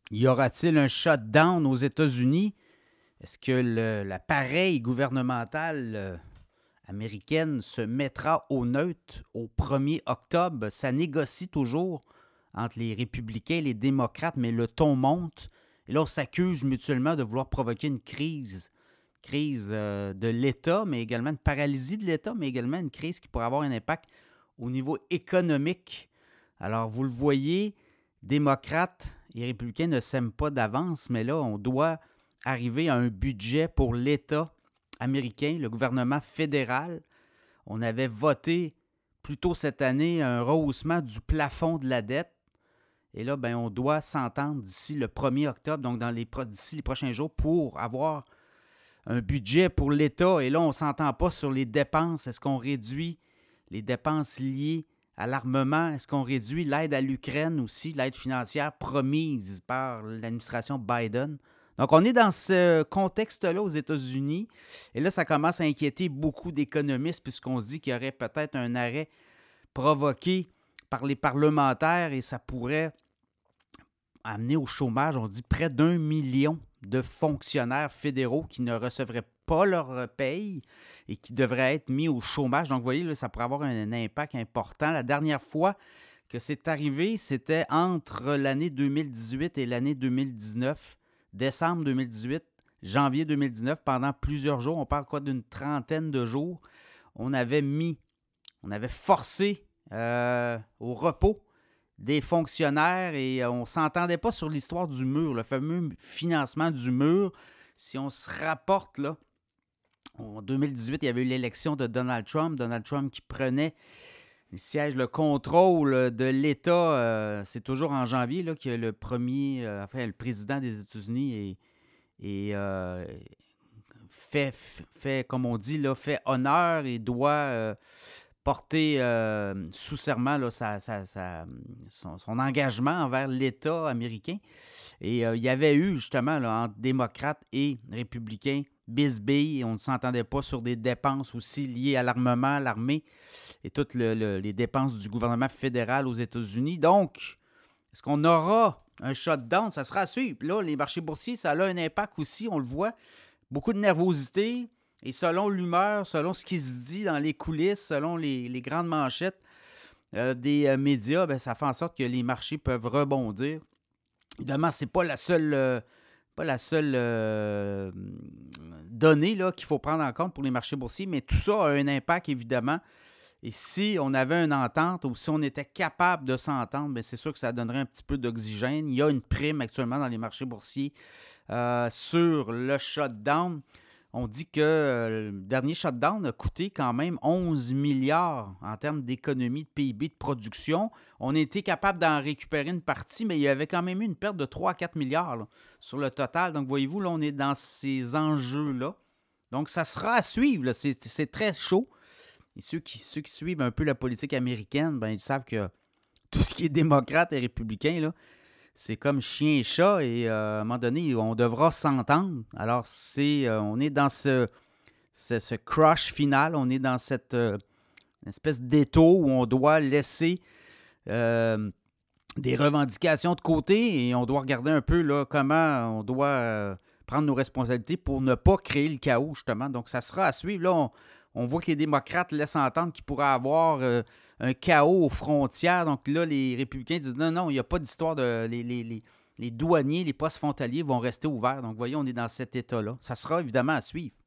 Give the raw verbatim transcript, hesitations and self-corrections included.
Y aura-t-il un shutdown aux États-Unis? Est-ce que le- l'appareil gouvernemental euh, américaine se mettra au neutre au premier octobre? Ça négocie toujours entre les républicains et les démocrates, mais le ton monte. Et là, on s'accuse mutuellement de vouloir provoquer une crise. Crise euh, de l'État, mais également une paralysie de l'État, mais également une crise qui pourrait avoir un impact au niveau économique. Alors, vous le voyez, démocrates et républicains ne s'aiment pas d'avance, mais là, on doit arriver à un budget pour l'État américain, le gouvernement fédéral. On avait voté plus tôt cette année un rehaussement du plafond de la dette. Et là, ben, on doit s'entendre d'ici le premier octobre, donc dans les, d'ici les prochains jours, pour avoir un budget pour l'État. Et là, on ne s'entend pas sur les dépenses. Est-ce qu'on réduit les dépenses liées à l'armement? Est-ce qu'on réduit l'aide à l'Ukraine aussi, l'aide financière promise par l'administration Biden? Donc, on est dans ce contexte-là aux États-Unis. Et là, ça commence à inquiéter beaucoup d'économistes puisqu'on se dit qu'il y aurait peut-être un arrêt provoqué par les parlementaires et ça pourrait amener au chômage, on dit, près d'un million de fonctionnaires fédéraux qui ne recevraient pas leur paye et qui devraient être mis au chômage. Donc, vous voyez, là, ça pourrait avoir un impact important. La dernière fois que c'est arrivé, c'était entre l'année deux mille dix-huit et l'année deux mille dix-neuf, décembre deux mille dix-huit, janvier deux mille dix-neuf, pendant plusieurs jours, on parle quoi d'une trentaine de jours, on avait mis, on avait forcé euh, au repos des fonctionnaires et on ne s'entendait pas sur l'histoire du mur, le fameux financement du mur. Si on se rapporte, là, en deux mille dix-huit, il y avait eu l'élection de Donald Trump. Donald Trump qui prenait le siège, le contrôle de l'État. Euh, c'est toujours en janvier là, que le premier, euh, enfin, le président des États-Unis est, est, euh, fait, fait, comme on dit, là, fait honneur et doit euh, porter euh, sous serment là, sa, sa, sa, son, son engagement envers l'État américain. Et euh, il y avait eu justement là, entre démocrates et républicains bisbille, on ne s'entendait pas sur des dépenses aussi liées à l'armement, l'armée et toutes le, le, les dépenses du gouvernement fédéral aux États-Unis. Donc, est-ce qu'on aura un shutdown? Ça sera à suivre. Puis là, les marchés boursiers, ça a un impact aussi, on le voit. Beaucoup de nervosité. Et selon l'humeur, selon ce qui se dit dans les coulisses, selon les, les grandes manchettes euh, des euh, médias, ben, ça fait en sorte que les marchés peuvent rebondir. Évidemment, ce n'est pas la seule, euh, pas la seule euh, donnée là, qu'il faut prendre en compte pour les marchés boursiers, mais tout ça a un impact, évidemment. Et si on avait une entente ou si on était capable de s'entendre, bien, c'est sûr que ça donnerait un petit peu d'oxygène. Il y a une prime actuellement dans les marchés boursiers euh, sur le shutdown. On dit que euh, le dernier shutdown a coûté quand même onze milliards en termes d'économie de P I B de production. On a été capable d'en récupérer une partie, mais il y avait quand même eu une perte de trois à quatre milliards là, sur le total. Donc, voyez-vous, là, on est dans ces enjeux-là. Donc, ça sera à suivre. Là. C'est, c'est très chaud. Et ceux qui, ceux qui suivent un peu la politique américaine, ben, ils savent que tout ce qui est démocrate et républicain, là, c'est comme chien et chat. Et euh, à un moment donné, on devra s'entendre. Alors, c'est, euh, on est dans ce, ce, ce crush final. On est dans cette euh, espèce d'étau où on doit laisser euh, des revendications de côté et on doit regarder un peu là, comment on doit euh, prendre nos responsabilités pour ne pas créer le chaos, justement. Donc, ça sera à suivre. Là, on, on voit que les démocrates laissent entendre qu'il pourrait y avoir euh, un chaos aux frontières. Donc là, les républicains disent non, non, il n'y a pas d'histoire de... Les, les, les, les douaniers, les postes frontaliers vont rester ouverts. Donc, vous voyez, on est dans cet état-là. Ça sera évidemment à suivre.